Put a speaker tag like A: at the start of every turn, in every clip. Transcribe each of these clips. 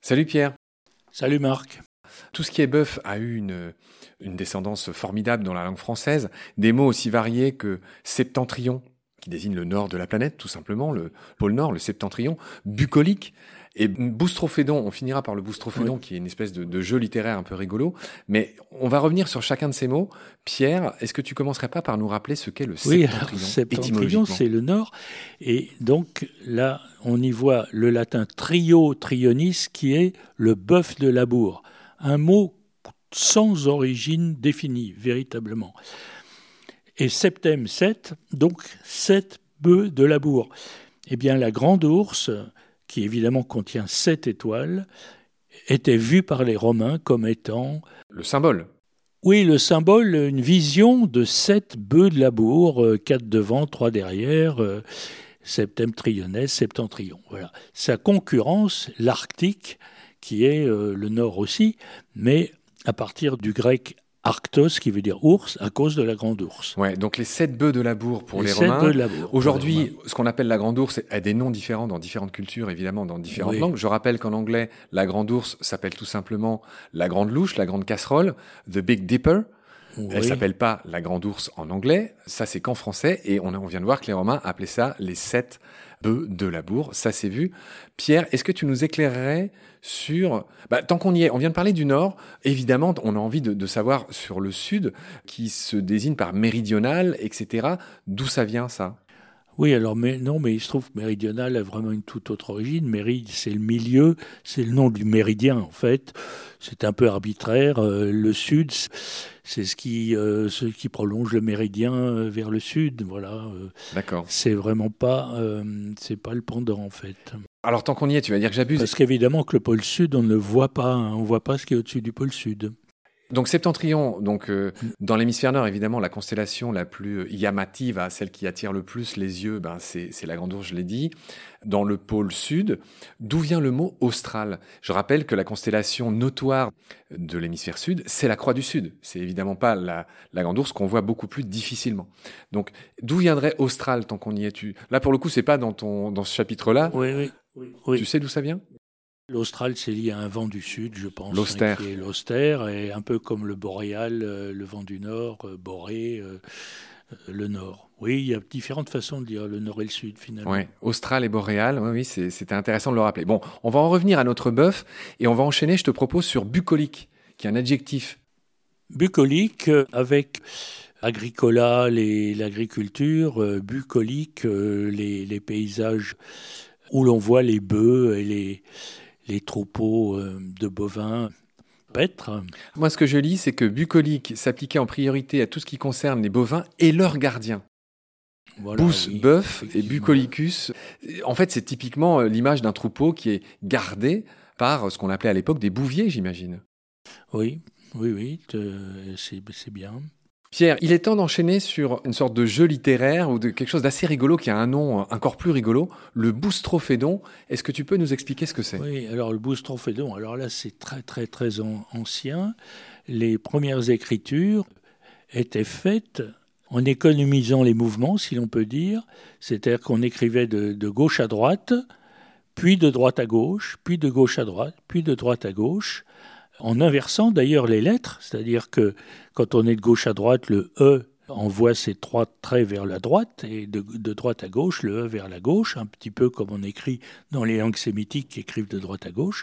A: Salut Pierre.
B: Salut Marc.
A: Tout ce qui est bœuf a eu une descendance formidable dans la langue française. Des mots aussi variés que septentrion, qui désigne le nord de la planète, tout simplement, le pôle nord, le septentrion, bucolique, et boustrophédon. On finira par le boustrophédon, oui, qui est une espèce de jeu littéraire un peu rigolo. Mais on va revenir sur chacun de ces mots. Pierre, est-ce que tu commencerais pas par nous rappeler ce qu'est le septentrion?
B: Oui, septentrion, c'est le nord. Et donc là, on y voit le latin trio trionis, qui est le bœuf de labour. Un mot sans origine définie, véritablement. Et septem, 7, donc 7 bœufs de labour. Eh bien, la grande ourse, qui évidemment contient 7 étoiles, était vue par les Romains comme étant...
A: Le symbole.
B: Oui, le symbole, une vision de 7 bœufs de labour, 4 devant, 3 derrière, septem triones, septentrion. Voilà. Sa concurrence, l'Arctique, qui est le nord aussi, mais à partir du grec arctos, qui veut dire ours, à cause de la grande ourse.
A: Ouais, donc les 7 bœufs de labour pour les Romains.
B: 7 bœufs de labour.
A: Aujourd'hui, ce qu'on appelle la grande ourse a des noms différents dans différentes cultures, évidemment, dans différentes langues. Je rappelle qu'en anglais, la grande ourse s'appelle tout simplement la grande louche, la grande casserole, the Big Dipper. Oui. Elle s'appelle pas la grande ourse en anglais, ça c'est qu'en français, et on vient de voir que les Romains appelaient ça les 7 bœufs de labour, ça c'est vu. Pierre, est-ce que tu nous éclairerais sur... tant qu'on y est, on vient de parler du Nord, évidemment on a envie de savoir sur le Sud, qui se désigne par méridional, etc. D'où ça vient ça ?
B: Oui, alors mais il se trouve que méridional a vraiment une toute autre origine. Méride, c'est le milieu, c'est le nom du méridien en fait. C'est un peu arbitraire. Le sud, c'est ce qui prolonge le méridien vers le sud. Voilà.
A: D'accord.
B: C'est vraiment pas, c'est pas le pendant en fait.
A: Alors tant qu'on y est, tu vas dire que j'abuse.
B: Parce qu'évidemment que le pôle sud, on ne le voit pas. On voit pas ce qui est au-dessus du pôle sud.
A: Donc septentrion, dans l'hémisphère nord, évidemment, la constellation la plus llamative, celle qui attire le plus les yeux, c'est la grande ourse, je l'ai dit. Dans le pôle sud, d'où vient le mot austral ? Je rappelle que la constellation notoire de l'hémisphère sud, c'est la Croix du Sud. C'est évidemment pas la grande ourse qu'on voit beaucoup plus difficilement. Donc, d'où viendrait austral tant qu'on y est ? Là, pour le coup, c'est pas dans ce chapitre-là.
B: Oui.
A: Tu sais d'où ça vient ?
B: L'austral, c'est lié à un vent du sud, je pense.
A: L'austère.
B: Qui est l'austère, et un peu comme le boréal, le vent du nord, boré, le nord. Oui, il y a différentes façons de dire le nord et le sud, finalement.
A: Oui, austral et boréal, oui, c'était intéressant de le rappeler. Bon, on va en revenir à notre bœuf, et on va enchaîner, je te propose, sur bucolique, qui est un adjectif.
B: Bucolique, avec agricola, l'agriculture, bucolique, les paysages où l'on voit les bœufs et les troupeaux de bovins paître.
A: Moi, ce que je lis, c'est que bucolique s'appliquait en priorité à tout ce qui concerne les bovins et leurs gardiens. Voilà, bous, oui, bœuf et bucolicus. En fait, c'est typiquement l'image d'un troupeau qui est gardé par ce qu'on appelait à l'époque des bouviers, j'imagine.
B: Oui, c'est bien.
A: Pierre, il est temps d'enchaîner sur une sorte de jeu littéraire ou de quelque chose d'assez rigolo qui a un nom encore plus rigolo, le boustrophédon. Est-ce que tu peux nous expliquer ce que c'est ?
B: Oui, alors le boustrophédon, alors là c'est très très très ancien. Les premières écritures étaient faites en économisant les mouvements, si l'on peut dire. C'est-à-dire qu'on écrivait de gauche à droite, puis de droite à gauche, puis de gauche à droite, puis de droite à gauche, en inversant d'ailleurs les lettres, c'est-à-dire que quand on est de gauche à droite, le E envoie ses 3 traits vers la droite, et de droite à gauche, le E vers la gauche, un petit peu comme on écrit dans les langues sémitiques qui écrivent de droite à gauche.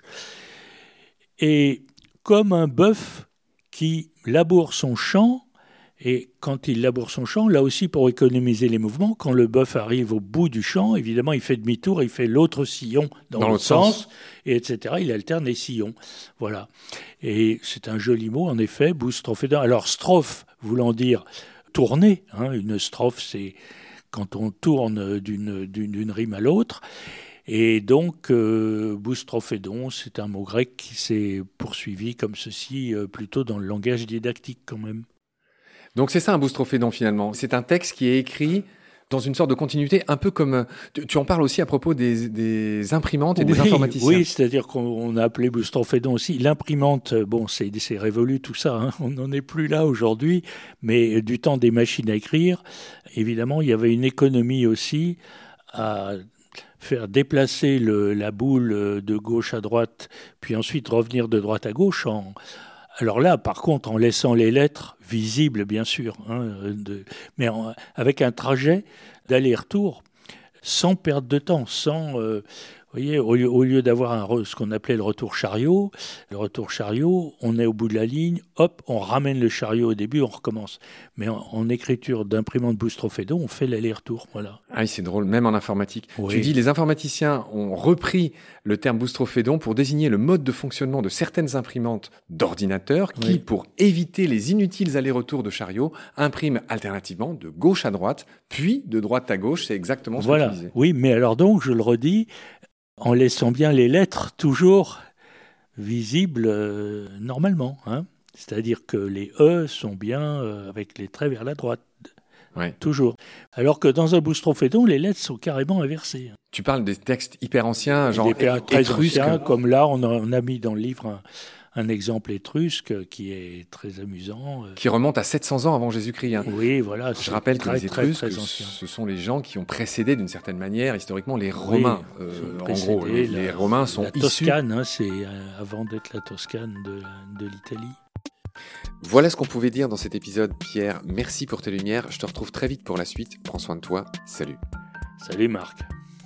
B: Et comme un bœuf qui laboure son champ, et quand il laboure son champ, là aussi pour économiser les mouvements, quand le bœuf arrive au bout du champ, évidemment il fait demi-tour, il fait l'autre sillon dans l'autre sens, et etc. Il alterne les sillons. Voilà. Et c'est un joli mot, en effet, boustrophédon. Alors strophe voulant dire tourner, une strophe c'est quand on tourne d'une rime à l'autre. Et donc, boustrophédon, c'est un mot grec qui s'est poursuivi comme ceci, plutôt dans le langage didactique quand même.
A: Donc c'est ça un boustrophédon finalement. C'est un texte qui est écrit dans une sorte de continuité, un peu comme... Tu en parles aussi à propos des imprimantes et des informaticiens.
B: Oui, c'est-à-dire qu'on a appelé boustrophédon aussi. L'imprimante, bon, c'est révolu tout ça, on n'en est plus là aujourd'hui, mais du temps des machines à écrire, évidemment, il y avait une économie aussi à faire déplacer la boule de gauche à droite, puis ensuite revenir de droite à gauche. Alors là, par contre, en laissant les lettres visibles, bien sûr, mais avec un trajet d'aller-retour sans perte de temps, vous voyez, au lieu d'avoir ce qu'on appelait le retour chariot, on est au bout de la ligne, hop, on ramène le chariot au début, on recommence. Mais en écriture d'imprimante Boustrophédon, on fait l'aller-retour, voilà.
A: Ah, c'est drôle, même en informatique.
B: Oui.
A: Tu dis, les informaticiens ont repris le terme Boustrophédon pour désigner le mode de fonctionnement de certaines imprimantes d'ordinateur qui, pour éviter les inutiles allers-retours de chariot, impriment alternativement de gauche à droite, puis de droite à gauche. C'est exactement ce que tu disais.
B: Oui, mais alors donc, je le redis, en laissant bien les lettres toujours visibles normalement. C'est-à-dire que les E sont bien avec les traits vers la droite.
A: Ouais.
B: Toujours. Alors que dans un Boustrophédon, les lettres sont carrément inversées.
A: Tu parles des textes hyper anciens, genre
B: très anciens, comme là, on a mis dans le livre un exemple étrusque qui est très amusant.
A: Qui remonte à 700 ans avant Jésus-Christ.
B: Oui, voilà.
A: Je rappelle que les Étrusques, ce sont les gens qui ont précédé d'une certaine manière, historiquement, les Romains. En gros, les Romains sont issus...
B: La Toscane, c'est avant d'être la Toscane de l'Italie.
A: Voilà ce qu'on pouvait dire dans cet épisode, Pierre. Merci pour tes lumières. Je te retrouve très vite pour la suite. Prends soin de toi. Salut.
B: Salut Marc.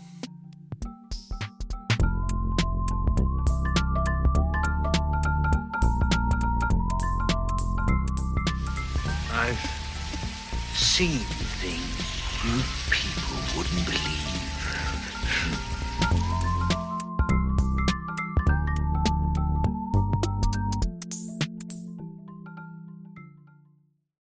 C: I've seen things you people wouldn't believe.